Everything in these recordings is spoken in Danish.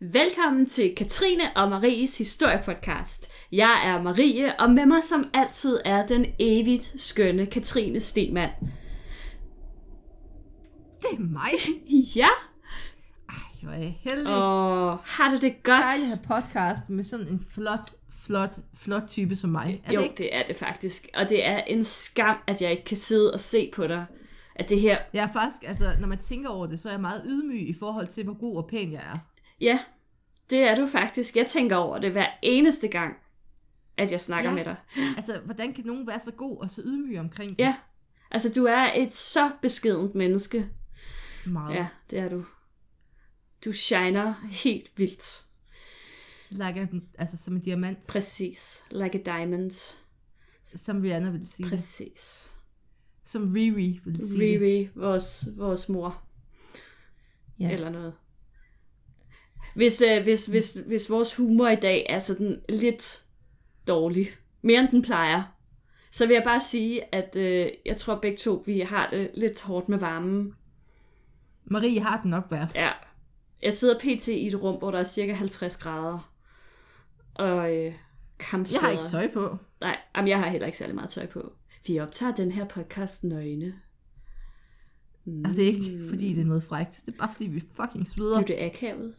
Velkommen til Katrine og Maries historiepodcast. Jeg er Marie, og med mig som altid er den evigt skønne Katrine Stemann. Det er mig? Ja. Ej, hvor er jeg heldig. Har du det godt? Dejligt at have podcast med sådan en flot type som mig. Jo, det er det faktisk. Og det er en skam, at jeg ikke kan sidde og se på dig. At det her... Jeg er faktisk, altså, når man tænker over det, så er jeg meget ydmyg i forhold til, hvor god og pæn jeg er. Ja, det er du faktisk. Jeg tænker over det hver eneste gang, at jeg snakker med dig. Altså, hvordan kan nogen være så god og så ydmyg omkring det? Ja, altså du er et så beskedent menneske. Meget. Ja, det er du. Du shiner helt vildt. Altså som en diamant. Præcis. Like a diamond. Som Rihanna ville sige. Præcis. Som Riri ville sige. Riri, vores mor. Ja. Eller noget. Hvis vores humor i dag er sådan lidt dårlig, mere end den plejer, så vil jeg bare sige, at jeg tror begge to, vi har det lidt hårdt med varmen. Marie har den nok værst. Ja. Jeg sidder pt. I et rum, hvor der er cirka 50 grader. Og kampsæder. Jeg har ikke tøj på. Nej, jamen jeg har heller ikke særlig meget tøj på. Vi optager den her podcast nøgne. Og det er ikke, fordi det er noget frækt. Det er bare, fordi vi fucking sveder. Det er akavet.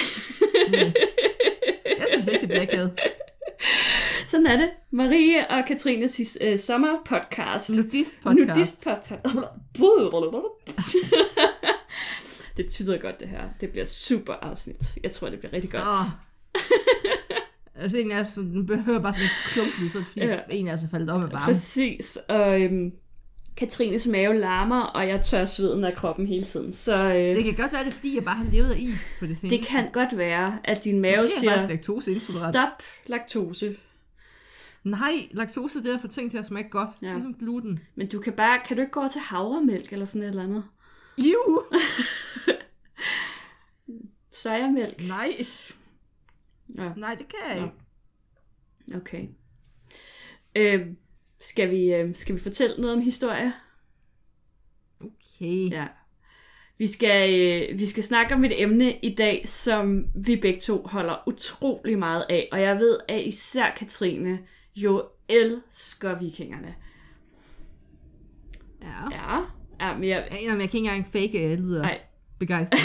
Jeg synes ikke, det bliver akavet. Sådan er det. Marie og Katrines sommerpodcast. Nudist-podcast. Det tyder godt, det her. Det bliver et super afsnit. Jeg tror, det bliver rigtig godt. Altså, en af os behøver bare sådan en klump, så fordi en af os er faldet om med varme. Præcis. Og Katrines mave larmer, og jeg tør sveden af kroppen hele tiden. Så, det kan godt være, det er, fordi jeg bare har levet af is på det seneste. Det kan godt være, at din mave måske siger, laktoseintolerant. Stop laktose. Nej, laktose det er for ting til at smage godt, ligesom gluten. Men du kan du ikke gå over til havremælk eller sådan et eller andet? Jo! Sojamælk? Nej. Ja. Nej, det kan jeg ikke. Okay. Skal vi fortælle noget om historie? Okay. Ja. Vi skal snakke om et emne i dag, som vi begge to holder utrolig meget af. Og jeg ved, at især Katrine jo elsker vikingerne. Ja. Men jeg kan ikke engang fake lyder begejstret.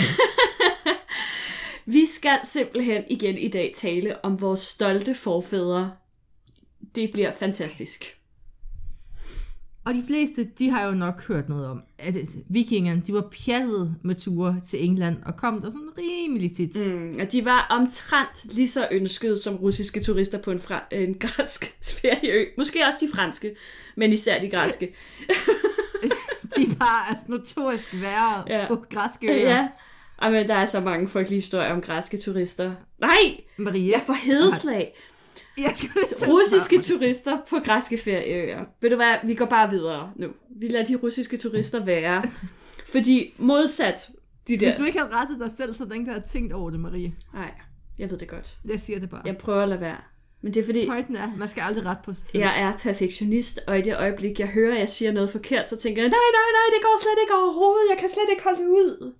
Vi skal simpelthen igen i dag tale om vores stolte forfædre. Det bliver fantastisk. Og de fleste, de har jo nok hørt noget om, at vikingerne, de var pjattet med ture til England og kom der sådan rimelig tit. Og de var omtrent lige så ønskede som russiske turister på en græsk ferieø. Måske også de franske, men især de græske. De var altså notorisk værre på græske øer. Ja. Men der er så mange frygtelige historier om græske turister. Nej! Maria. Jeg får hedeslag. Russiske turister på græske ferieøer. Ved du hvad, vi går bare videre nu. Vi lader de russiske turister være. Fordi modsat de der... Hvis du ikke havde rettet dig selv, så den der havde tænkt over det, Marie. Nej, jeg ved det godt. Jeg siger det bare. Jeg prøver at lade være. Men det er fordi... Pointen er, man skal aldrig rette på sig selv. Jeg er perfektionist, og i det øjeblik, jeg hører, at jeg siger noget forkert, så tænker jeg, nej, det går slet ikke overhovedet. Jeg kan slet ikke holde det ud.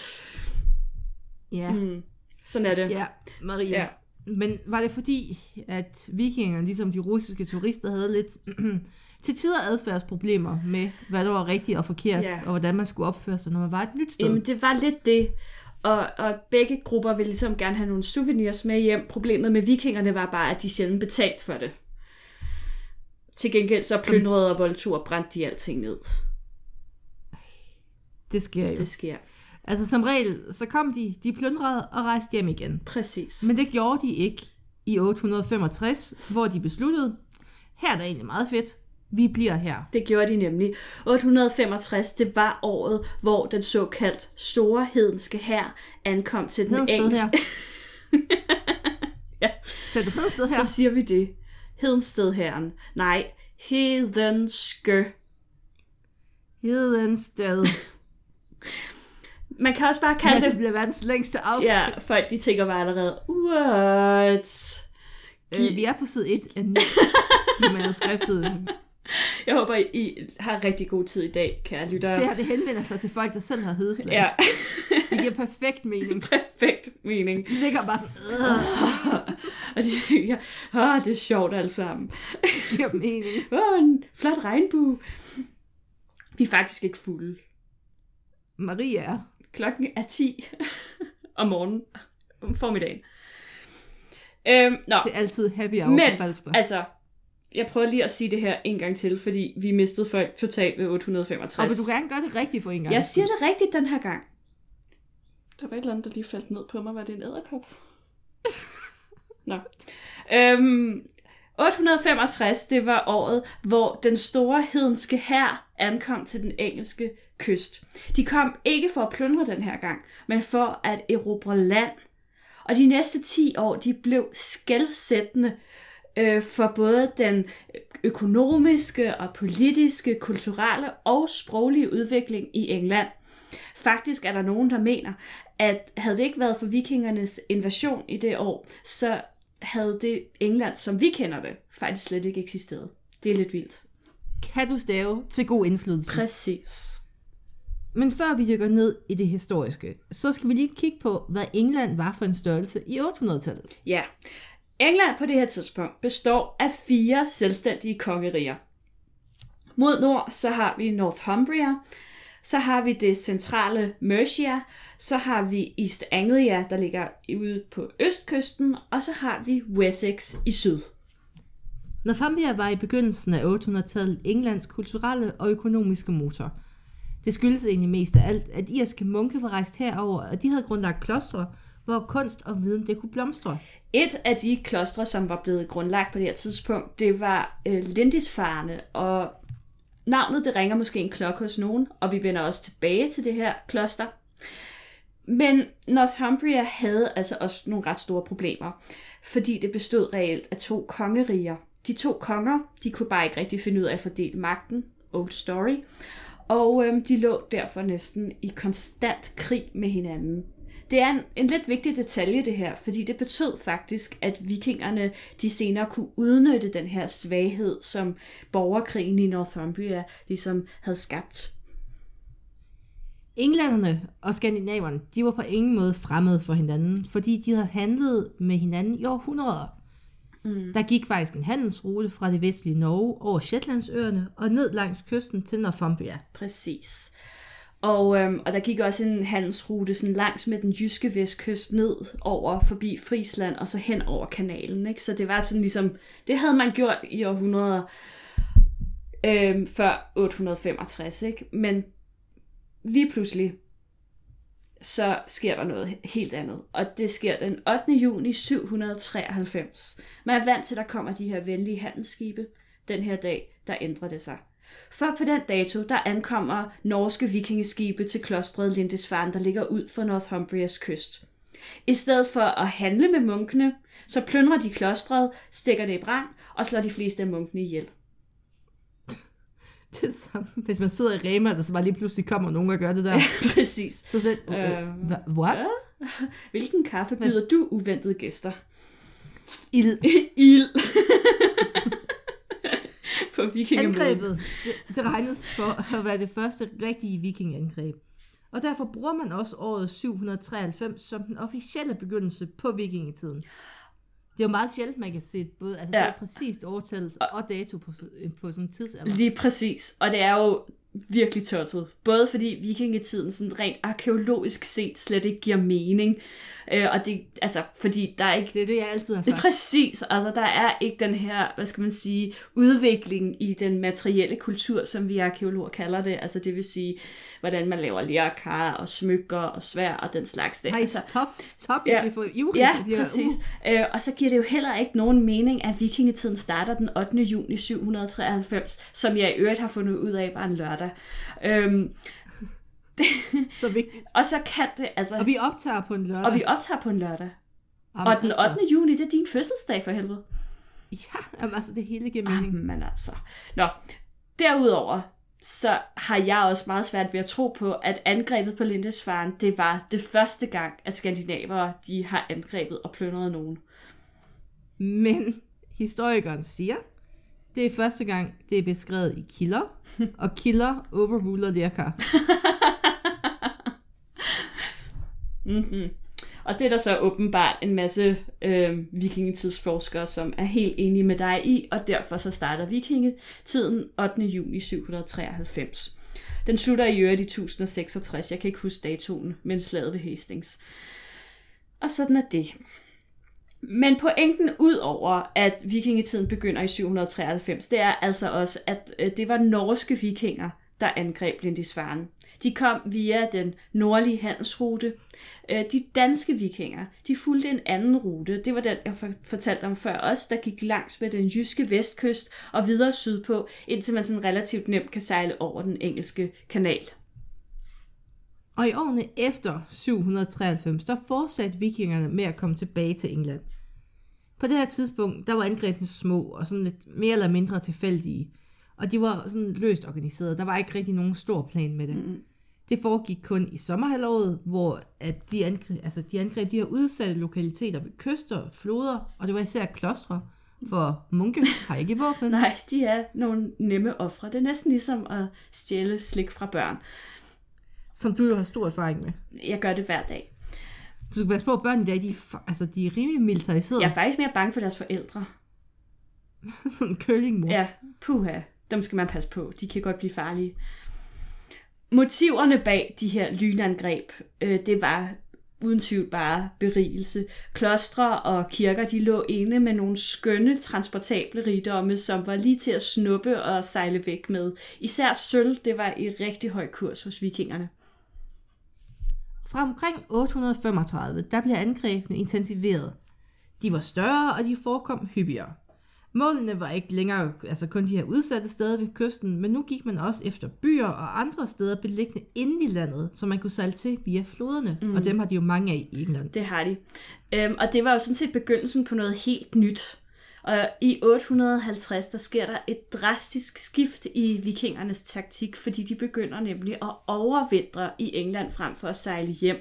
Ja. Sådan er det. Ja, Maria. Ja. Men var det fordi, at vikingerne, ligesom de russiske turister, havde lidt til tider adfærdsproblemer med, hvad der var rigtigt og forkert, og hvordan man skulle opføre sig, når man var et nyt sted? Jamen, det var lidt det. Og begge grupper ville ligesom gerne have nogle souvenirs med hjem. Problemet med vikingerne var bare, at de sjældent betalte for det. Til gengæld så plyndrede og voldtog og brændte de alting ned. Det sker jo. Det sker. Altså som regel, så kom de plyndrede og rejste hjem igen. Præcis. Men det gjorde de ikke i 865, hvor de besluttede, her er det egentlig meget fedt, vi bliver her. Det gjorde de nemlig. 865, det var året, hvor den såkaldt store hedenske hær ankom til den engelske... Ja. Så du Hedensted her? Så siger vi det. Hedensted herren. Nej, hedenske. Hedensted. Man kan også bare kalde det bliver verdens længste afsnit. Ja, folk de tænker bare allerede, what? Vi er på side 1 af 9 i manuskriptet. Jeg håber, I har rigtig god tid i dag, kære lyttere. Det henvender sig til folk, der selv har hedeslag. Ja. Det giver perfekt mening. Perfekt mening. De ligger bare sådan... Og de tænker, det er sjovt alt sammen. Det giver mening. En flot regnbue. Vi er faktisk ikke fulde. Marie er. Klokken er 10 om morgenen. Om formiddagen. Nå. Det er altid happy hour på Falster. Altså, jeg prøver lige at sige det her en gang til, fordi vi mistede folk totalt ved 865. Og vil du gerne gøre det rigtigt for en gang? Jeg siger det rigtigt den her gang. Der var et eller andet, der lige faldt ned på mig. Var det en edderkop? Nå. 865, det var året, hvor den store hedenske hær ankom til den engelske kyst. De kom ikke for at plyndre den her gang, men for at erobre land. Og de næste 10 år, de blev skelsættende for både den økonomiske og politiske, kulturelle og sproglige udvikling i England. Faktisk er der nogen, der mener, at havde det ikke været for vikingernes invasion i det år, så havde det England, som vi kender det, faktisk slet ikke eksisteret. Det er lidt vildt. Kan du stave til god indflydelse? Præcis. Men før vi dykker ned i det historiske, så skal vi lige kigge på, hvad England var for en størrelse i 800-tallet. Ja. England på det her tidspunkt består af 4 selvstændige kongeriger. Mod nord så har vi Northumbria, så har vi det centrale Mercia, så har vi East Anglia, der ligger ude på østkysten, og så har vi Wessex i syd. Northumbria var i begyndelsen af 800-tallet Englands kulturelle og økonomiske motor. Det skyldes egentlig mest af alt, at irske munke var rejst herover, og de havde grundlagt klostre, hvor kunst og viden det kunne blomstre. Et af de klostre, som var blevet grundlagt på det her tidspunkt, det var Lindisfarne, og navnet det ringer måske en klokke hos nogen, og vi vender også tilbage til det her kloster. Men Northumbria havde altså også nogle ret store problemer, fordi det bestod reelt af 2 kongeriger. De 2 konger, de kunne bare ikke rigtig finde ud af at fordele magten, old story, og de lå derfor næsten i konstant krig med hinanden. Det er en lidt vigtig detalje det her, fordi det betød faktisk, at vikingerne de senere kunne udnytte den her svaghed, som borgerkrigen i Northumbria ligesom havde skabt. Englænderne og skandinaverne, de var på ingen måde fremmede for hinanden, fordi de havde handlet med hinanden i århundreder. Der gik faktisk en handelsrute fra det vestlige Norge over Shetlandsøerne og ned langs kysten til Northumbria. Præcis. Og der gik også en handelsrute sådan langs med den jyske vestkyst ned over forbi Friesland og så hen over kanalen. Ikke? Så det var sådan ligesom, det havde man gjort i århundreder før 865. Ikke? Men lige pludselig, så sker der noget helt andet. Og det sker den 8. juni 793. Man er vant til, at der kommer de her venlige handelsskibe. Den her dag, der ændrer det sig. For på den dato, der ankommer norske vikingeskibe til klostret Lindisfarne, der ligger ud for Northumbrias kyst. I stedet for at handle med munkene, så plyndrer de klostret, stikker det i brand og slår de fleste af munkene ihjel. Det er samme. Hvis man sidder i Rema, der så bare lige pludselig kommer nogen og gør det der. Ja, præcis. Så selv, what? Hvilken kaffe byder du uventede gæster? Ild. Ild. På vikingemødet. Angrebet, det regnes for at være det første rigtige vikingangreb. Og derfor bruger man også året 793 som den officielle begyndelse på vikingetiden. Det er jo meget sjældent, man kan se både se præcist årtal og dato på sådan en tidsalder. Lige præcis. Og det er jo virkelig tosset. Både fordi vikingetiden sådan rent arkeologisk set slet ikke giver mening. Og det, altså, fordi der er ikke... Det er det, jeg altid har sagt. Præcis. Altså, der er ikke den her, hvad skal man sige, udvikling i den materielle kultur, som vi arkeologer kalder det. Altså, det vil sige, hvordan man laver lerkar og smykker og svær og den slags. Nej, altså, stop. Jeg bliver for ivrig. Ja, præcis. Og så giver det jo heller ikke nogen mening, at vikingetiden starter den 8. juni 793, som jeg i øvrigt har fundet ud af var en lørdag. Så vigtigt. Og så kan det altså... Og vi optager på en lørdag. Og den 8. juni, det er din fødselsdag for helvede. Ja, altså det hele giver mening. Men altså. Nå, derudover, så har jeg også meget svært ved at tro på, at angrebet på Lindisfarne, det var det første gang, at skandinavere, de har angrebet og plyndret nogen. Men historikeren siger, Det er første gang, det er beskrevet i kilder, og kilder overruler Lerkar. Mm-hmm. Og det er der så åbenbart en masse vikingetidsforskere, som er helt enige med dig i, og derfor så starter vikingetiden 8. juni 793. Den slutter i øvrigt i 1066, jeg kan ikke huske datoen, men slaget ved Hastings. Og sådan er det. Men pointen ud over, at vikingetiden begynder i 793, det er altså også, at det var norske vikinger, der angreb Lindisfarne. De kom via den nordlige handelsrute. De danske vikinger, de fulgte en anden rute. Det var den, jeg fortalte om før også, der gik langs med den jyske vestkyst og videre sydpå, indtil man sådan relativt nemt kan sejle over den engelske kanal. Og i årene efter 793, der fortsatte vikingerne med at komme tilbage til England. På det her tidspunkt, der var angrebene små og sådan lidt mere eller mindre tilfældige. Og de var sådan løst organiseret. Der var ikke rigtig nogen stor plan med det. Mm-hmm. Det foregik kun i sommerhalvåret, hvor at de angreb de her udsatte lokaliteter ved kyster, floder, og det var især klostre, for munke har ikke våben. Nej, de er nogle nemme ofre. Det er næsten ligesom at stjæle slik fra børn. Som du jo har stor erfaring med. Jeg gør det hver dag. Du skal passe på, at børn i dag, de er rimelig militariserede. Jeg er faktisk mere bange for deres forældre. Sådan en køllingmor. Ja, puha. Dem skal man passe på. De kan godt blive farlige. Motiverne bag de her lynangreb, det var uden tvivl bare berigelse. Klostre og kirker, de lå inde med nogle skønne, transportable rigdomme, som var lige til at snuppe og sejle væk med. Især sølv, det var i rigtig høj kurs hos vikingerne. Fra omkring 835, der blev angrebene intensiveret. De var større, og de forekom hyppigere. Målene var ikke længere kun de her udsatte steder ved kysten, men nu gik man også efter byer og andre steder beliggende inde i landet, som man kunne sejle til via floderne, og dem har de jo mange af i England. Det har de. Og det var jo sådan set begyndelsen på noget helt nyt. Og i 850, der sker der et drastisk skift i vikingernes taktik, fordi de begynder nemlig at overvintre i England frem for at sejle hjem.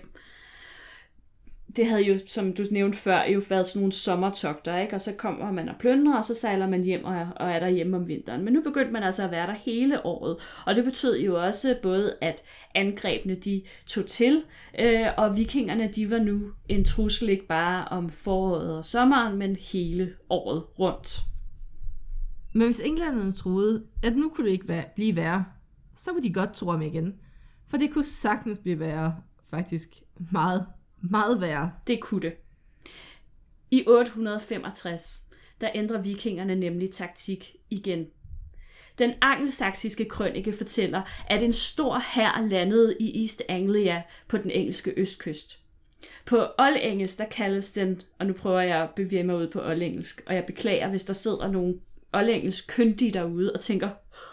Det havde jo, som du nævnte før, jo været sådan nogle sommertogter, ikke? Og så kommer man og plyndrer, og så sejler man hjem og er der hjemme om vinteren. Men nu begyndte man altså at være der hele året, og det betød jo også både, at angrebene de tog til, og vikingerne de var nu en trussel ikke bare om foråret og sommeren, men hele året rundt. Men hvis englænderne troede, at nu kunne det ikke blive værre, så kunne de godt tro om igen. For det kunne sagtens blive værre, faktisk meget meget værre. Det kunne det. I 865, der ændrer vikingerne nemlig taktik igen. Den angelsaksiske krønike fortæller, at en stor hær landede i East Anglia på den engelske østkyst. På oldengelsk, der kaldes den, og nu prøver jeg at bevæge mig ud på oldengelsk, og jeg beklager, hvis der sidder nogle oldengelsk kyndige derude og tænker,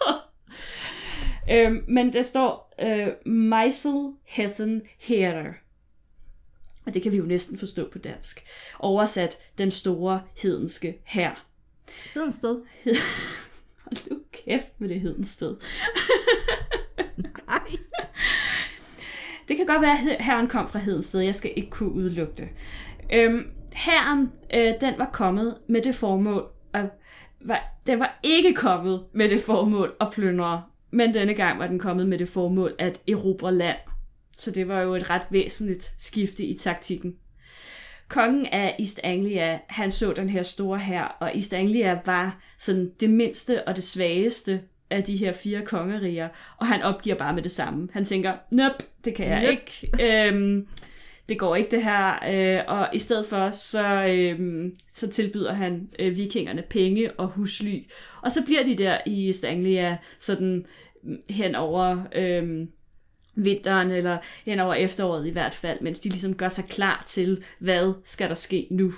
men der står Meisel Hethen Herer. Og det kan vi jo næsten forstå på dansk. Oversat den store hedenske hær. Hedensted? Hold nu kæft med det Hedensted. Nej. Det kan godt være, at hæren kom fra Hedensted. Jeg skal ikke kunne udelukke det. Hæren, den var kommet med det formål. Den var ikke kommet med det formål at plyndre. Men denne gang var den kommet med det formål at erobre land. Så det var jo et ret væsentligt skifte i taktikken. Kongen af East Anglia, han så den her store hær, og East Anglia var sådan det mindste og det svageste af de her 4 kongeriger, og han opgiver bare med det samme. Han tænker, nope, det kan jeg ikke. Det går ikke det her. Og i stedet for, så tilbyder han vikingerne penge og husly. Og så bliver de der i East Anglia sådan hen over vinteren, eller hen over efteråret i hvert fald, mens de ligesom gør sig klar til, hvad skal der ske nu.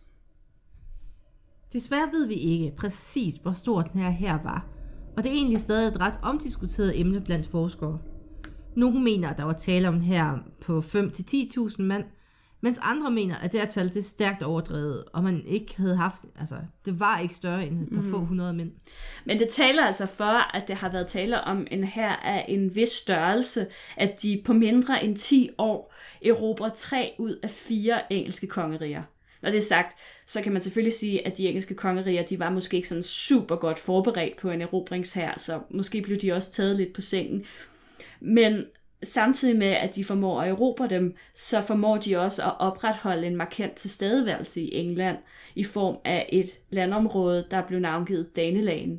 Desværre ved vi ikke præcis, hvor stor den her var, og det er egentlig stadig et ret omdiskuteret emne blandt forskere. Nogle mener, at der var tale om her på 5-10.000 mand, mens andre mener, at det her tal det er stærkt overdrevet, og man ikke havde haft, det var ikke større end et par få 100 mænd. Men det taler altså for, at det har været tale om en hær af en vis størrelse, at de på mindre end 10 år erobrer 3 ud af 4 engelske kongeriger. Når det er sagt, så kan man selvfølgelig sige, at de engelske kongeriger, de var måske ikke sådan super godt forberedt på en erobringshær, så måske blev de også taget lidt på sengen. Men samtidig med, at de formår at erobre dem, så formår de også at opretholde en markant tilstedeværelse i England i form af et landområde, der blev navngivet Danelagen.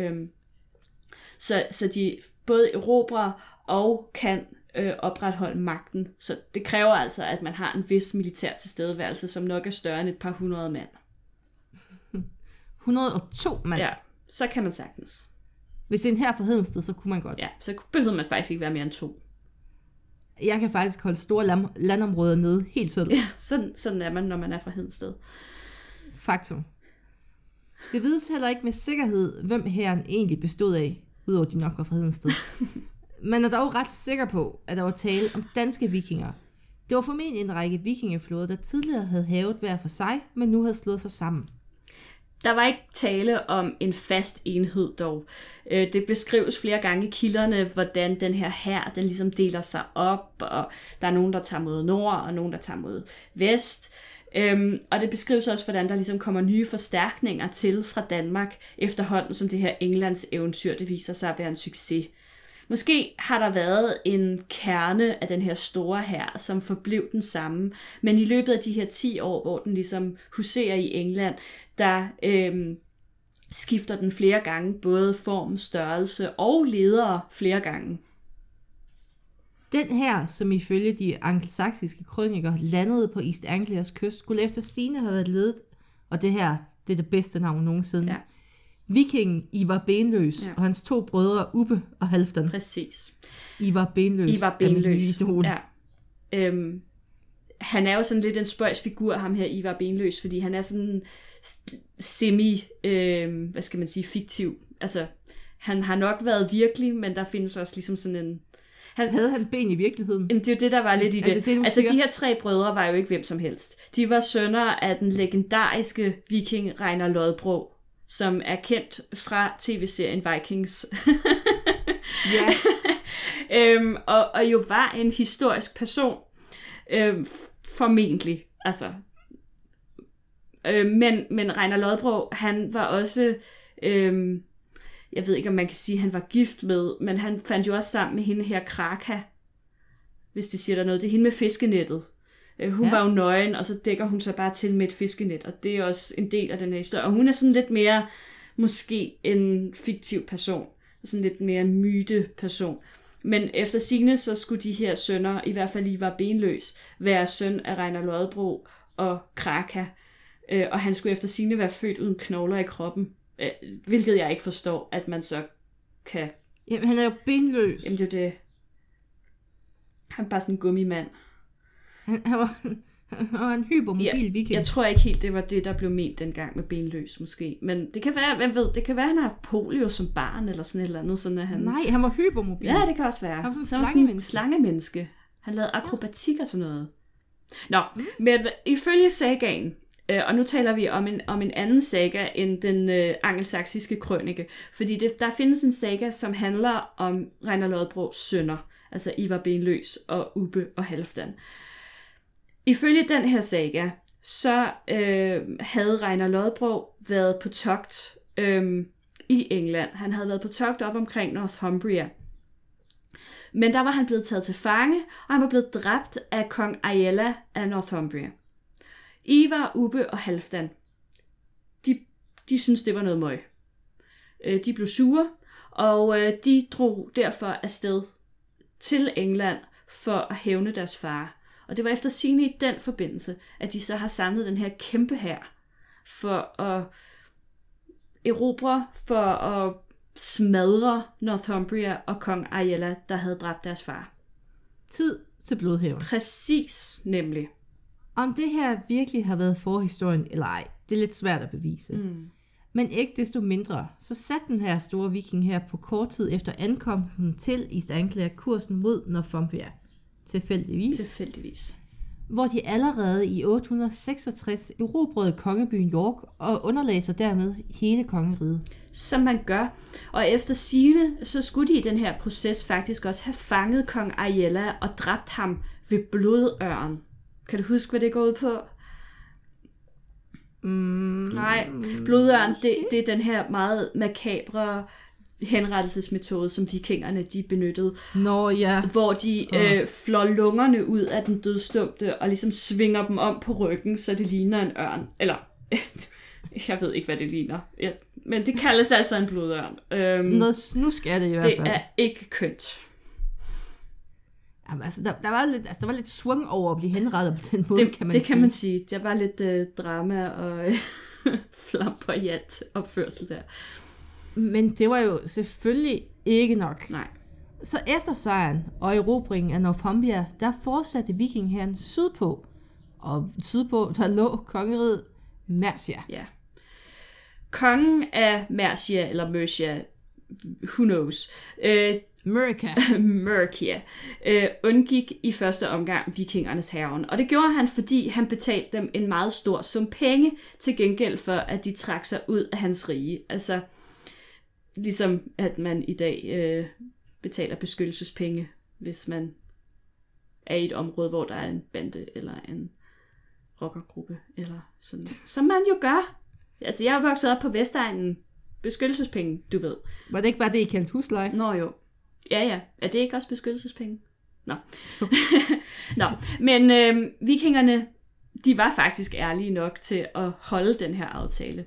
Så de både erobrer og kan opretholde magten. Så det kræver altså, at man har en vis militær tilstedeværelse, som nok er større end et par 100 mand. 102 mand? Ja, så kan man sagtens. Hvis det er en hær fra Hedensted, så kunne man godt. Ja, så behøver man faktisk ikke være mere end 2. Jeg kan faktisk holde store landområder nede helt selv. Ja, sådan er man, når man er fra Hedensted. Faktum. Det vides heller ikke med sikkerhed, hvem hæren egentlig bestod af, udover de nok var fra Hedensted. Man er dog ret sikker på, at der var tale om danske vikinger. Det var formentlig en række vikingeflåder, der tidligere havde havet hver for sig, men nu havde slået sig sammen. Der var ikke tale om en fast enhed dog. Det beskrives flere gange i kilderne, hvordan den her hær, den ligesom deler sig op, og der er nogen, der tager mod nord, og nogen, der tager mod vest. Og det beskrives også, hvordan der ligesom kommer nye forstærkninger til fra Danmark, efterhånden som det her Englands eventyr, det viser sig at være en succes. Måske har der været en kerne af den her store hær, som forblev den samme, men i løbet af de her 10 år, hvor den ligesom huserer i England, der skifter den flere gange, både form, størrelse og ledere flere gange. Den her, som ifølge de angelsaksiske krøniker landede på East Anglias kyst, skulle efter sigende have været ledet, og det her, det er det bedste navn nogensinde, ja. Vikingen Ivar Benløs, ja. Og hans 2 brødre Ubbe og Halfdan. Præcis. Ivar Benløs. Ja. Han er jo sådan lidt en spøjsfigur, ham her Ivar Benløs, fordi han er sådan hvad skal man sige, fiktiv. Altså, han har nok været virkelig, men der findes også ligesom sådan en... Havde han ben i virkeligheden? Jamen, det er jo det, der var lidt i det. Altså, de her 3 brødre var jo ikke hvem som helst. De var sønner af den legendariske viking Ragnar Lodbrog, som er kendt fra tv-serien Vikings. Ja. Og jo var en historisk person, formentlig. Altså. Men Ragnar Lodbrog, han var også, jeg ved ikke, om man kan sige, han var gift med, men han fandt jo også sammen med hende her Kraka, hvis det siger der noget. Det er hende med fiskenettet. Hun var jo nøgen, og så dækker hun sig bare til med et fiskenet, og det er også en del af den her historie. Og hun er sådan lidt mere, måske en fiktiv person, sådan lidt mere myte person. Men efter sigende, så skulle de her sønner, i hvert fald Ivar Benløs, være søn af Ragnar Lodbrog og Kraka, og han skulle efter sigende være født uden knogler i kroppen, hvilket jeg ikke forstår, at man så kan... Jamen, han er jo benløs. Jamen, det er det. Han er bare sådan en gummimand. Han var en hypermobil viking. Jeg tror ikke helt, det var det, der blev ment dengang med benløs, måske. Men det kan være, hvem ved, det kan være, at han har haft polio som barn, eller sådan et eller andet. Sådan at han... Nej, han var hypermobil. Ja, det kan også være. Han var sådan en slangemenneske. Han lavede akrobatik og sådan noget. Nå, men ifølge sagaen, og nu taler vi om en anden saga end den angelsaksiske krønike, fordi der findes en saga, som handler om Ragnar Lodbrogs sønner, altså Ivar Benløs og Ubbe og Halfdan. Ifølge den her saga, så havde Ragnar Lodbrog været på togt i England. Han havde været på togt op omkring Northumbria. Men der var han blevet taget til fange, og han var blevet dræbt af kong Aella af Northumbria. Ivar, Ubbe og Halfdan, de syntes, det var noget møg. De blev sure, og de drog derfor afsted til England for at hævne deres far. Og det var efter sigende i den forbindelse, at de så har samlet den her kæmpe hær for at erobre, for at smadre Northumbria og kong Aella, der havde dræbt deres far. Tid til blodhævn. Præcis, nemlig. Om det her virkelig har været forhistorien eller ej, det er lidt svært at bevise. Men ikke desto mindre, så satte den her store viking her på kort tid efter ankomsten til East Anglia kursen mod Northumbria. Tilfældigvis. Hvor de allerede i 866 erobrede kongebyen York og underlagde sig dermed hele kongeriget. Som man gør. Og efter sigende, så skulle de i den her proces faktisk også have fanget kong Aella og dræbt ham ved blodørn. Kan du huske, hvad det går ud på? Nej, blodørn, det er den her meget makabre henrettelsesmetode, som vikingerne de benyttede. Nå ja. Hvor de flår lungerne ud af den dødsdømte og ligesom svinger dem om på ryggen, så det ligner en ørn. Eller, jeg ved ikke, hvad det ligner. Ja, men det kaldes altså en blodørn. Noget snusk er det i hvert fald. Det er ikke kønt. Jamen, altså, der var lidt swung over at blive henrettet på den måde, kan man sige. Det kan man sige. Der var lidt drama og flamboyant opførsel der. Men det var jo selvfølgelig ikke nok. Nej. Så efter sejren og erobringen af Northumbria, der fortsatte vikingehæren sydpå. Og sydpå, der lå kongeriget Mercia. Ja. Kongen af Mercia, eller Mercia, who knows, Mercia, undgik i første omgang vikingernes hærgen. Og det gjorde han, fordi han betalte dem en meget stor sum penge til gengæld for, at de trak sig ud af hans rige. Altså, ligesom at man i dag betaler beskyttelsespenge, hvis man er i et område, hvor der er en bande eller en rockergruppe, eller sådan. Som man jo gør. Altså, jeg er vokset op på Vestegnen. Beskyttelsespenge, du ved. Var det ikke bare det, I kaldte husleje? Nå jo. Ja. Er det ikke også beskyttelsespenge? Nå. Nå. Men vikingerne, de var faktisk ærlige nok til at holde den her aftale.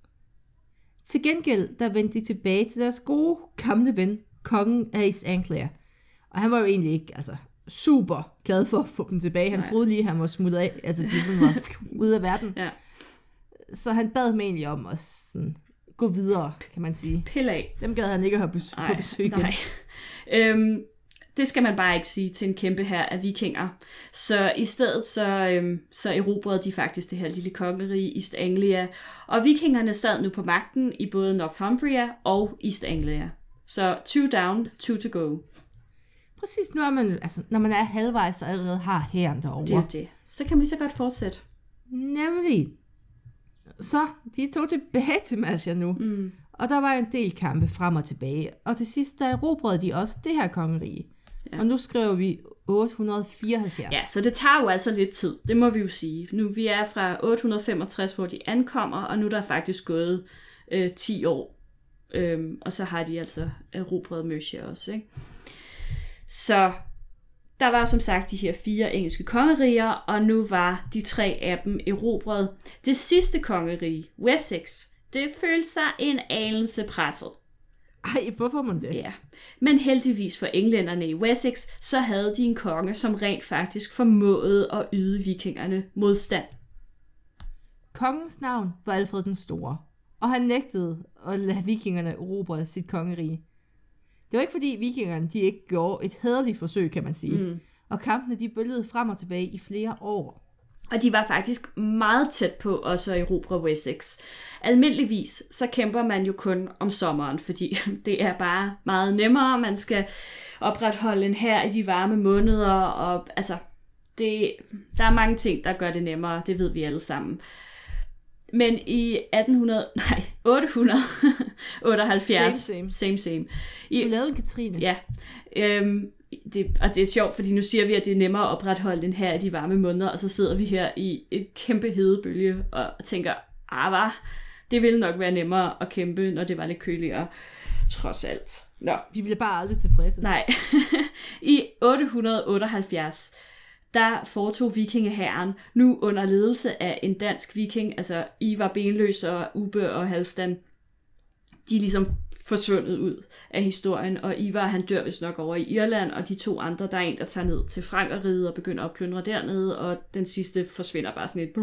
Til gengæld, der vendte de tilbage til deres gode, gamle ven, kongen af East Anglia. Og han var jo egentlig ikke super glad for at få dem tilbage. Han troede lige, han var smuttet af. Altså, de sådan var ude af verden. Ja. Så han bad dem egentlig om at sådan gå videre, kan man sige. Pille af. Dem gad han ikke at have på besøg igen. Nej. Det skal man bare ikke sige til en kæmpe hær af vikinger. Så i stedet så erobrede de faktisk det her lille kongerige East Anglia. Og vikingerne sad nu på magten i både Northumbria og East Anglia. Så 2 down, 2 to go. Præcis, nu er man, altså, når man er halvvejs og allerede har hæren derovre. Det er det. Så kan man lige så godt fortsætte. Nemlig. Så de tog tilbage til Mercia nu. Og der var en del kampe frem og tilbage. Og til sidst, der erobrede de også det her kongerige. Ja. Og nu skriver vi 874. Ja, så det tager jo altså lidt tid. Det må vi jo sige. Nu vi er fra 865, hvor de ankommer, og nu er der faktisk gået 10 år. Og så har de altså erobret Mercia også, ikke? Så der var som sagt de her 4 engelske kongeriger, og nu var de 3 af dem erobret. Det sidste kongerige, Wessex, det følte sig en anelse presset. Ej, hvorfor man det? Ja, men heldigvis for englænderne i Wessex, så havde de en konge, som rent faktisk formåede at yde vikingerne modstand. Kongens navn var Alfred den Store, og han nægtede at lade vikingerne erobre sit kongerige. Det var ikke fordi vikingerne de ikke gjorde et hæderligt forsøg, kan man sige. Og kampene de bølgede frem og tilbage i flere år. Og de var faktisk meget tæt på også at erobre Wessex. Almindeligvis så kæmper man jo kun om sommeren, fordi det er bare meget nemmere. Man skal opretholde en hær i de varme måneder, og altså, der er mange ting, der gør det nemmere. Det ved vi alle sammen. Men i 878... Same. Du lavede en Katrine. Ja. Og det er sjovt, fordi nu siger vi, at det er nemmere at opretholde den her i de varme måneder, og så sidder vi her i et kæmpe hedebølge og tænker, det ville nok være nemmere at kæmpe, når det var lidt køligere, trods alt. Nå. Vi bliver bare aldrig tilfredse. Nej. I 878, der foretog vikingehæren, nu under ledelse af en dansk viking, altså Ivar Benløs og Ubbe og Halfdan, de er ligesom forsvundet ud af historien, og Ivar han dør vist nok over i Irland, og de 2 andre, der er en, der tager ned til Frankerriget og begynder at plyndre dernede, og den sidste forsvinder bare sådan et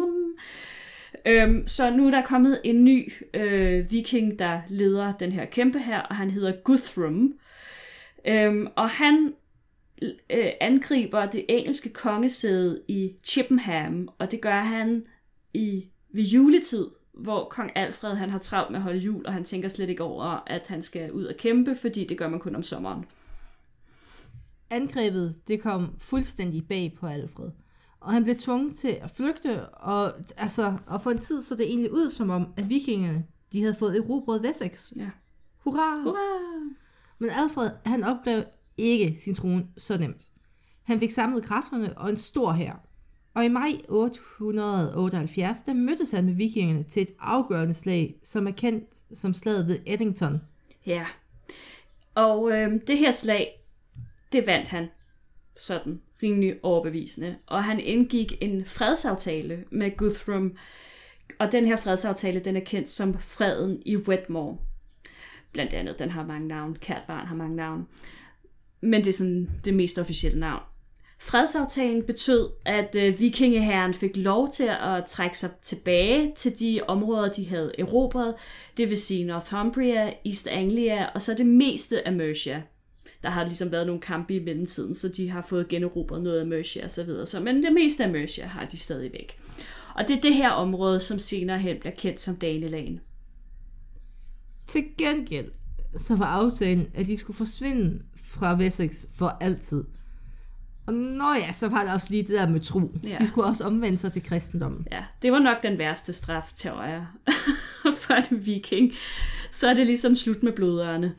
så nu er der kommet en ny viking, der leder den her kæmpe her, og han hedder Guthrum, og han angriber det engelske kongesæde i Chippenham, og det gør han ved juletid, hvor kong Alfred han har travlt med at holde jul, og han tænker slet ikke over, at han skal ud og kæmpe, fordi det gør man kun om sommeren. Angrebet, det kom fuldstændig bag på Alfred, og han blev tvunget til at flygte, og for en tid så det egentlig ud som om, at vikingerne, de havde fået erobret Wessex. Ja. Hurra! Hurra! Men Alfred, han opgav ikke sin trone så nemt. Han fik samlet kræfterne og en stor hær, Og i maj 878, der mødtes han med vikingerne til et afgørende slag, som er kendt som slaget ved Edington. Ja, og det her slag, det vandt han sådan rimelig overbevisende. Og han indgik en fredsaftale med Guthrum, og den her fredsaftale, den er kendt som freden i Wedmore. Blandt andet, den har mange navne. Kært barn har mange navne. Men det er sådan det mest officielle navn. Fredsaftalen betød, at vikingehæren fik lov til at trække sig tilbage til de områder, de havde erobret. Det vil sige Northumbria, East Anglia og så det meste af Mercia. Der har ligesom været nogle kampe i mellemtiden, så de har fået generobret noget af Mercia og så videre. Men det meste af Mercia har de stadig væk. Og det er det her område, som senere hen bliver kendt som Danelagen. Til gengæld så var aftalen, at de skulle forsvinde fra Wessex for altid. Og så var der også lige det der med tro. Ja. De skulle også omvende sig til kristendommen. Ja, det var nok den værste straf til øje for en viking. Så er det ligesom slut med blodørene.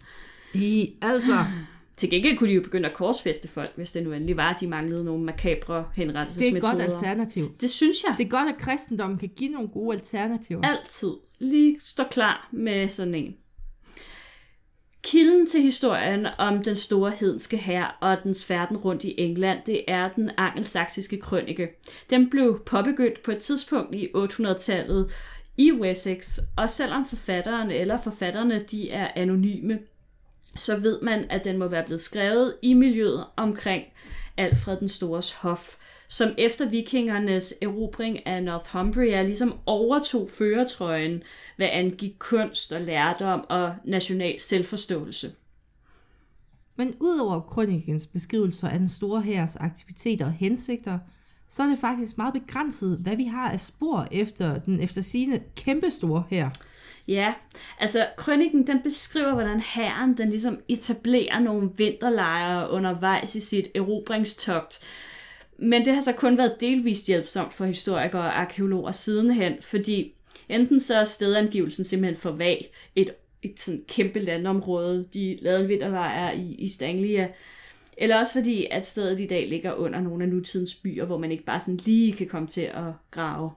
Til gengæld kunne de jo begynde at korsfæste folk, hvis det nu endelig var, at de manglede nogle makabre henrettelsesmetoder. Det er et godt alternativ. Det synes jeg. Det er godt, at kristendommen kan give nogle gode alternativer. Altid. Lige stå klar med sådan en. Kilden til historien om den store hedenske hær og dens færden rundt i England, det er den angelsaksiske krønike. Den blev påbegyndt på et tidspunkt i 800-tallet i Wessex, og selvom forfatteren eller forfatterne de er anonyme, så ved man, at den må være blevet skrevet i miljøet omkring Alfred den Stores hof, som efter vikingernes erobring af Northumbria ligesom overtog førertrøjen, hvad angik kunst og lærdom og national selvforståelse. Men udover krønikens beskrivelser af den store hærs aktiviteter og hensigter, så er det faktisk meget begrænset, hvad vi har af spor efter den eftersigende kæmpestore hær. Ja, altså krøniken den beskriver, hvordan hæren den ligesom etablerer nogle vinterlejre undervejs i sit erobringstogt. Men det har så kun været delvist hjælpsomt for historikere og arkeologer sidenhen, fordi enten så er stedangivelsen simpelthen for vag, et sådan kæmpe landområde, de lavede en vinterlejr i East Anglia, eller også fordi, at stedet i dag ligger under nogle af nutidens byer, hvor man ikke bare sådan lige kan komme til at grave.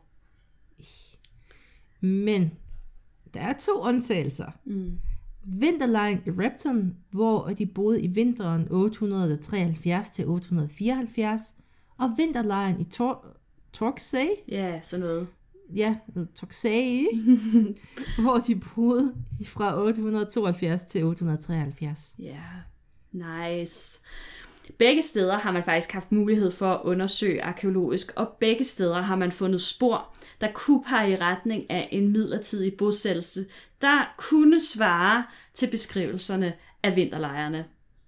Men der er 2 undtagelser. Vinterlejren i Repton, hvor de boede i vinteren 873 til 874, og vinterlejren i Torksey. Ja, sådan noget. Ja, Torksey, hvor de boede fra 872 til 873. Ja, nice. Begge steder har man faktisk haft mulighed for at undersøge arkeologisk, og begge steder har man fundet spor, der kunne pege i retning af en midlertidig bosættelse, der kunne svare til beskrivelserne af vinterlejrene.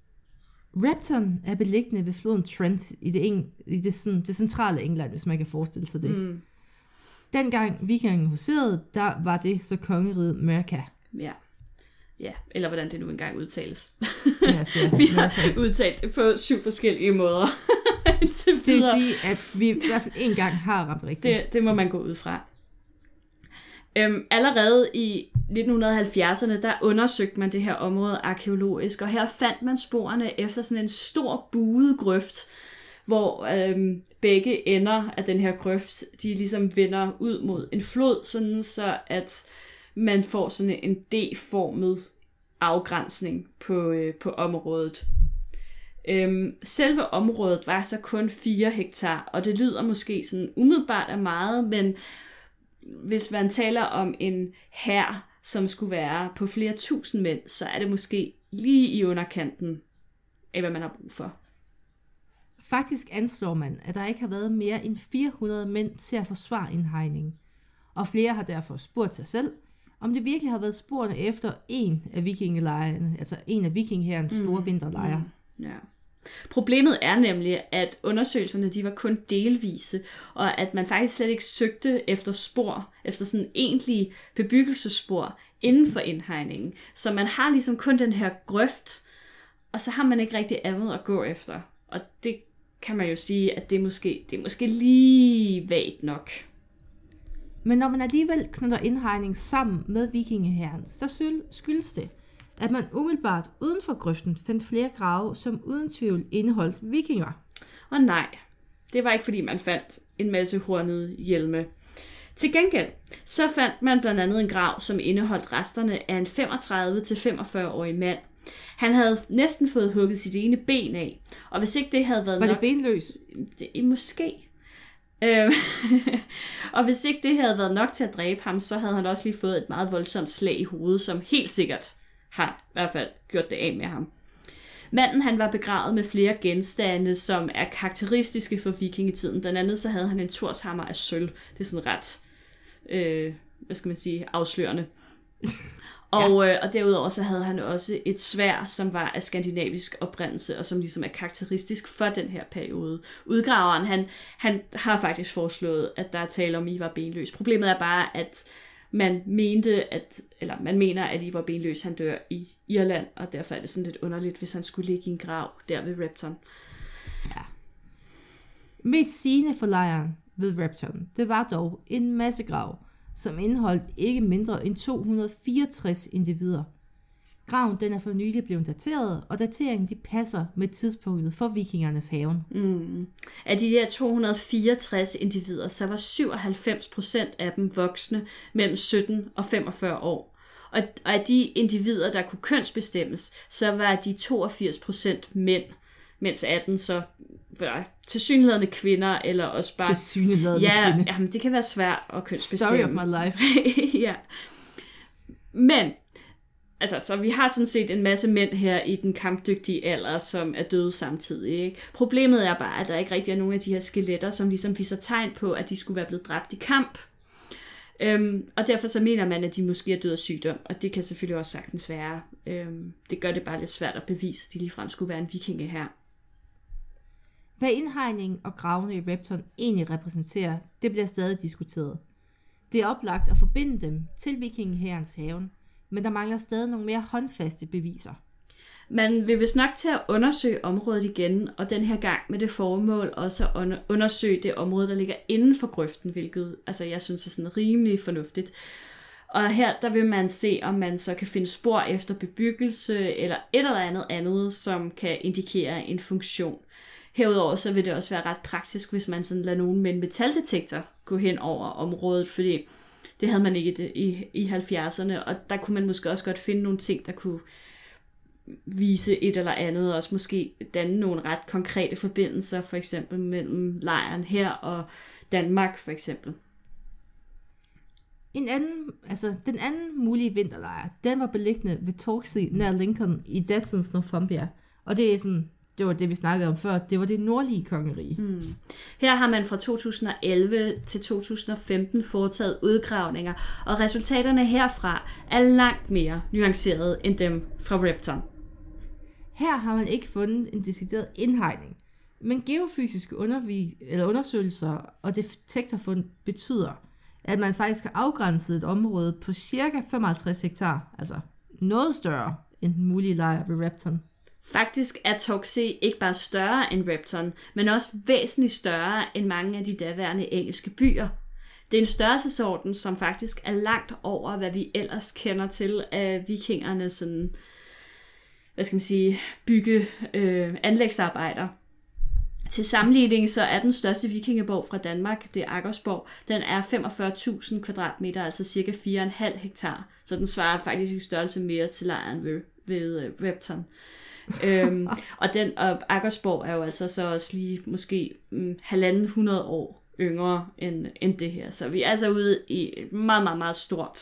Repton er beliggende ved floden Trent i det centrale England, hvis man kan forestille sig det. Dengang vikingerne huserede, der var det så kongeriget Mercia. Ja, eller hvordan det nu engang udtales. Yes, ja. Vi har udtalt det på 7 forskellige måder. Det vil sige, at vi i hvert fald en gang har ramt rigtigt. Det må man gå ud fra. Allerede i 1970'erne, der undersøgte man det her område arkeologisk, og her fandt man sporene efter sådan en stor buet grøft, hvor begge ender af den her grøft, de ligesom vender ud mod en flod, sådan så at man får sådan en D-formet afgrænsning på området. Selve området var så kun 4 hektar, og det lyder måske sådan umiddelbart af meget, men hvis man taler om en hær, som skulle være på flere tusind mænd, så er det måske lige i underkanten af, hvad man har brug for. Faktisk anslår man, at der ikke har været mere end 400 mænd til at forsvare indhegningen, og flere har derfor spurgt sig selv, om det virkelig har været sporene efter en af vikingelejrene, altså en af vikingehærens store vinterlejre. Ja. Problemet er nemlig, at undersøgelserne de var kun delvise, og at man faktisk slet ikke søgte efter spor, efter sådan egentlige bebyggelsesspor inden for indhegningen. Så man har ligesom kun den her grøft, og så har man ikke rigtig andet at gå efter. Og det kan man jo sige, at det er måske lige vagt nok. Men når man alligevel knytter indhegning sammen med vikingehæren, så skyldes det, at man umiddelbart uden for grøften fandt flere grave, som uden tvivl indeholdt vikinger. Og nej, det var ikke fordi, man fandt en masse hornede hjelme. Til gengæld, så fandt man blandt andet en grav, som indeholdt resterne af en 35-45-årig mand. Han havde næsten fået hugget sit ene ben af, og hvis ikke det havde været nok... Var det benløs? Måske. Og hvis ikke det havde været nok til at dræbe ham, så havde han også lige fået et meget voldsomt slag i hovedet, som helt sikkert har i hvert fald gjort det af med ham. Manden han var begravet med flere genstande, som er karakteristiske for vikingetiden. Blandt andet så havde han en torshammer af sølv. Det er sådan ret, afslørende. Og derudover så havde han også et sværd, som var af skandinavisk oprindelse, og som ligesom er karakteristisk for den her periode. Udgraveren, han har faktisk foreslået, at der er tale om Ivar Benløs. Problemet er bare, at man mener, at Ivar Benløs han dør i Irland, og derfor er det sådan lidt underligt, hvis han skulle ligge i en grav der ved Repton. Ja. Mest sigende for lejren ved Repton, det var dog en massegrav, som indeholdt ikke mindre end 264 individer. Graven den er for nylig blevet dateret, og dateringen de passer med tidspunktet for vikingernes haven. Af de der 264 individer, så var 97% af dem voksne mellem 17 og 45 år. Og af de individer, der kunne kønsbestemmes, så var de 82% mænd, mens 18 så var tilsyneladende kvinder, eller også bare... Tilsyneladende kvinde. Jamen, det kan være svært at kønsbestemme. Story of my life. Ja. Men, altså, så vi har sådan set en masse mænd her i den kampdygtige alder, som er døde samtidig, ikke? Problemet er bare, at der ikke rigtig er nogen af de her skeletter, som ligesom viser tegn på, at de skulle være blevet dræbt i kamp. Og derfor så mener man, at de måske er døde af sygdom, og det kan selvfølgelig også sagtens være. Det gør det bare lidt svært at bevise, at de ligefrem skulle være en vikinge her. Hvad indhegning og gravene i Repton egentlig repræsenterer, det bliver stadig diskuteret. Det er oplagt at forbinde dem til vikingehærens haven, men der mangler stadig nogle mere håndfaste beviser. Man vil vist nok til at undersøge området igen, og den her gang med det formål også at undersøge det område, der ligger inden for grøften, hvilket altså, jeg synes er sådan rimelig fornuftigt. Og her der vil man se, om man så kan finde spor efter bebyggelse eller et eller andet, som kan indikere en funktion. Herudover så vil det også være ret praktisk, hvis man sådan lader nogen med en metaldetektor gå hen over området, fordi det havde man ikke i 70'erne, og der kunne man måske også godt finde nogle ting, der kunne vise et eller andet, og også måske danne nogle ret konkrete forbindelser, for eksempel mellem lejren her og Danmark, for eksempel. Den anden mulige vinterlejr, den var beliggende ved Torksey nær Lincoln i datidens Northumbria, og det er sådan... Det var det, vi snakkede om før. Det var det nordlige kongerige. Her har man fra 2011 til 2015 foretaget udgravninger, og resultaterne herfra er langt mere nuancerede end dem fra Repton. Her har man ikke fundet en decideret indhegning, men geofysiske undersøgelser og detektorfund betyder, at man faktisk har afgrænset et område på ca. 55 hektar, altså noget større end den mulige lejr ved Repton. Faktisk er Torksey ikke bare større end Repton, men også væsentligt større end mange af de daværende engelske byer. Det er en størrelsesorden, som faktisk er langt over, hvad vi ellers kender til af vikingernes sådan, anlægsarbejder. Til sammenligning så er den største vikingeborg fra Danmark, det er Aggersborg, den er 45.000 kvadratmeter, altså cirka 4,5 hektar. Så den svarer faktisk i størrelse mere til lejren ved Repton. Og Aggersborg er jo altså så også lige måske 150 år yngre end det her. Så vi er altså ude i et meget, meget, meget stort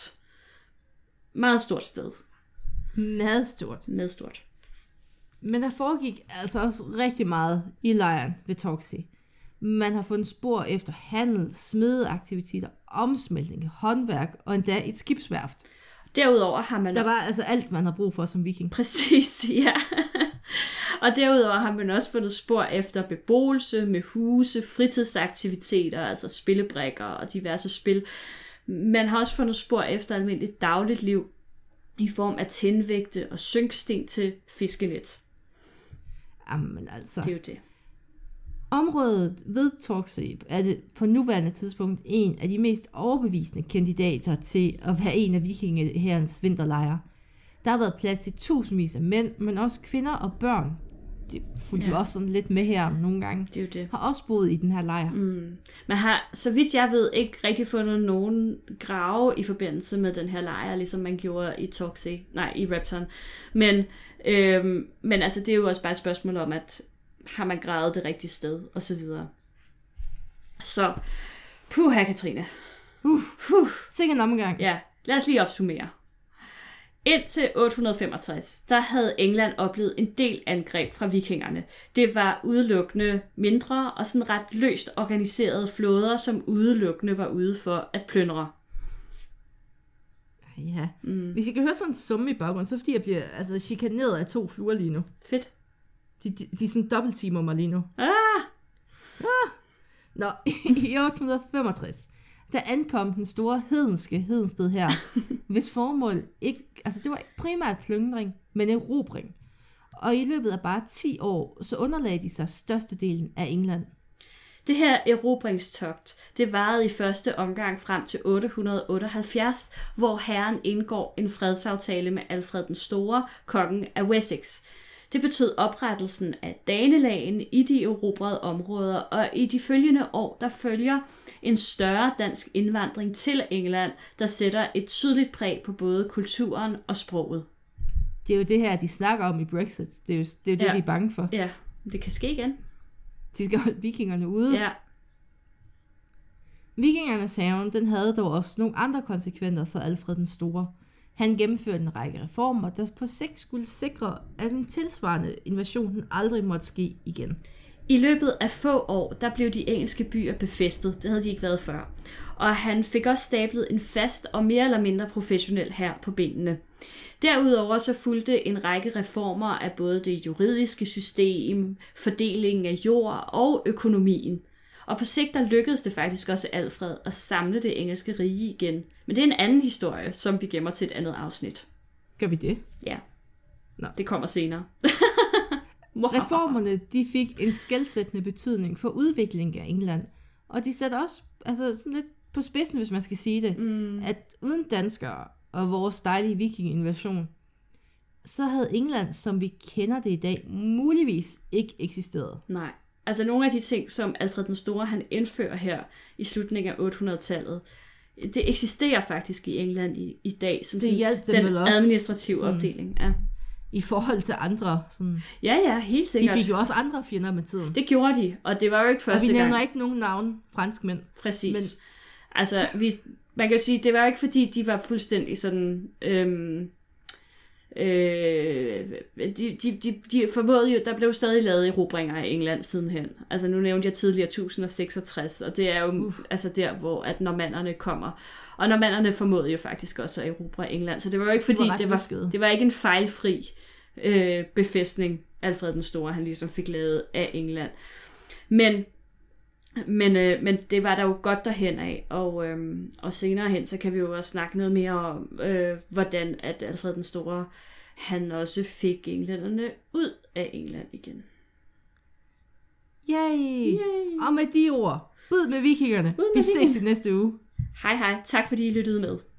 sted. Meget stort. Men der foregik altså også rigtig meget i lejren ved Torksey. Man har fundet spor efter handel, smedeaktiviteter, omsmeltning, håndværk og endda et skibsværft. Derudover har man... Der var altså alt, man har brug for som viking. Præcis, ja. Og derudover har man også fundet spor efter beboelse med huse, fritidsaktiviteter, altså spillebrikker og diverse spil. Man har også fundet spor efter almindeligt dagligt liv i form af tændvægte og synksten til fiskenet. Jamen altså... Det er jo det. Området ved Torksey er det på nuværende tidspunkt en af de mest overbevisende kandidater til at være en af vikingehærens vinterlejre. Der har været plads til tusindvis af mænd, men også kvinder og børn. det fulgte jo også sådan lidt med her nogle gange. Det er jo det. Har også boet i den her lejr. Man har, så vidt jeg ved, ikke rigtig fundet nogen grave i forbindelse med den her lejr, ligesom man gjorde i i Repton. Men altså, det er jo også bare et spørgsmål om, at har man gravet det rigtige sted, og så videre. Så, puha, Katrine. Sikke en omgang. Ja, lad os lige opsummere. Indtil 865, der havde England oplevet en del angreb fra vikingerne. Det var udelukkende mindre og sådan ret løst organiserede flåder, som udelukkende var ude for at plyndre. Ja. Hvis I kan høre sådan en summe i baggrunden, så fordi jeg bliver chikaneret af 2 fluer lige nu. Fedt. De sådan dobbelttimer mig lige nu. Nå, i 865, der ankom den store hedenske Hedensted her, hvis formål ikke, det var ikke primært plyndring, men erobring. Og i løbet af bare 10 år, så underlagde de sig størstedelen af England. Det her erobringstogt, det varede i første omgang frem til 878, hvor herren indgår en fredsaftale med Alfred den Store, kongen af Wessex. Det betød oprettelsen af danelagen i de erobrede områder, og i de følgende år, der følger en større dansk indvandring til England, der sætter et tydeligt præg på både kulturen og sproget. Det er jo det her, de snakker om i Brexit. Det er jo det, de er bange for. Ja, det kan ske igen. De skal holde vikingerne ude. Ja. Vikingernes haven, den havde dog også nogle andre konsekvenser for Alfred den Store. Han gennemførte en række reformer, der på sigt skulle sikre, at en tilsvarende invasion aldrig måtte ske igen. I løbet af få år, der blev de engelske byer befæstet. Det havde de ikke været før. Og han fik også stablet en fast og mere eller mindre professionel hær på benene. Derudover så fulgte en række reformer af både det juridiske system, fordelingen af jord og økonomien. Og på sigt der lykkedes det faktisk også Alfred at samle det engelske rige igen. Men det er en anden historie, som vi gemmer til et andet afsnit. Gør vi det? Ja. Det kommer senere. Reformerne, de fik en skelsættende betydning for udviklingen af England. Og de satte også sådan lidt på spidsen, hvis man skal sige det, at uden danskere og vores dejlige viking-invasion, så havde England, som vi kender det i dag, muligvis ikke eksisteret. Nej. Altså nogle af de ting, som Alfred den Store han indfører her i slutningen af 800-tallet, det eksisterer faktisk i England i dag, som den administrative opdeling. Ja. I forhold til andre. Sådan. Ja, helt sikkert. De fik jo også andre fjender med tiden. Det gjorde de, og det var jo ikke første gang. Og vi nævner ikke nogen navn, franskmænd. Præcis. Men altså, man kan jo sige, det var jo ikke fordi, de var fuldstændig sådan... de formåede jo, der blev stadig lavet erobringer af England sidenhen. Altså nu nævnte jeg tidligere 1066, og det er jo der, hvor at normannerne kommer. Og normannerne formåede jo faktisk også at erobre England, så det var jo ikke fordi, det var ikke en fejlfri befæstning, Alfred den Store, han ligesom fik lavet af England. Men det var der jo godt derhen af, og senere hen, så kan vi jo også snakke noget mere om, hvordan at Alfred den Store, han også fik englænderne ud af England igen. Yay! Og med de ord, ud med vikingerne. Vi ses i næste uge. Hej, tak fordi I lyttede med.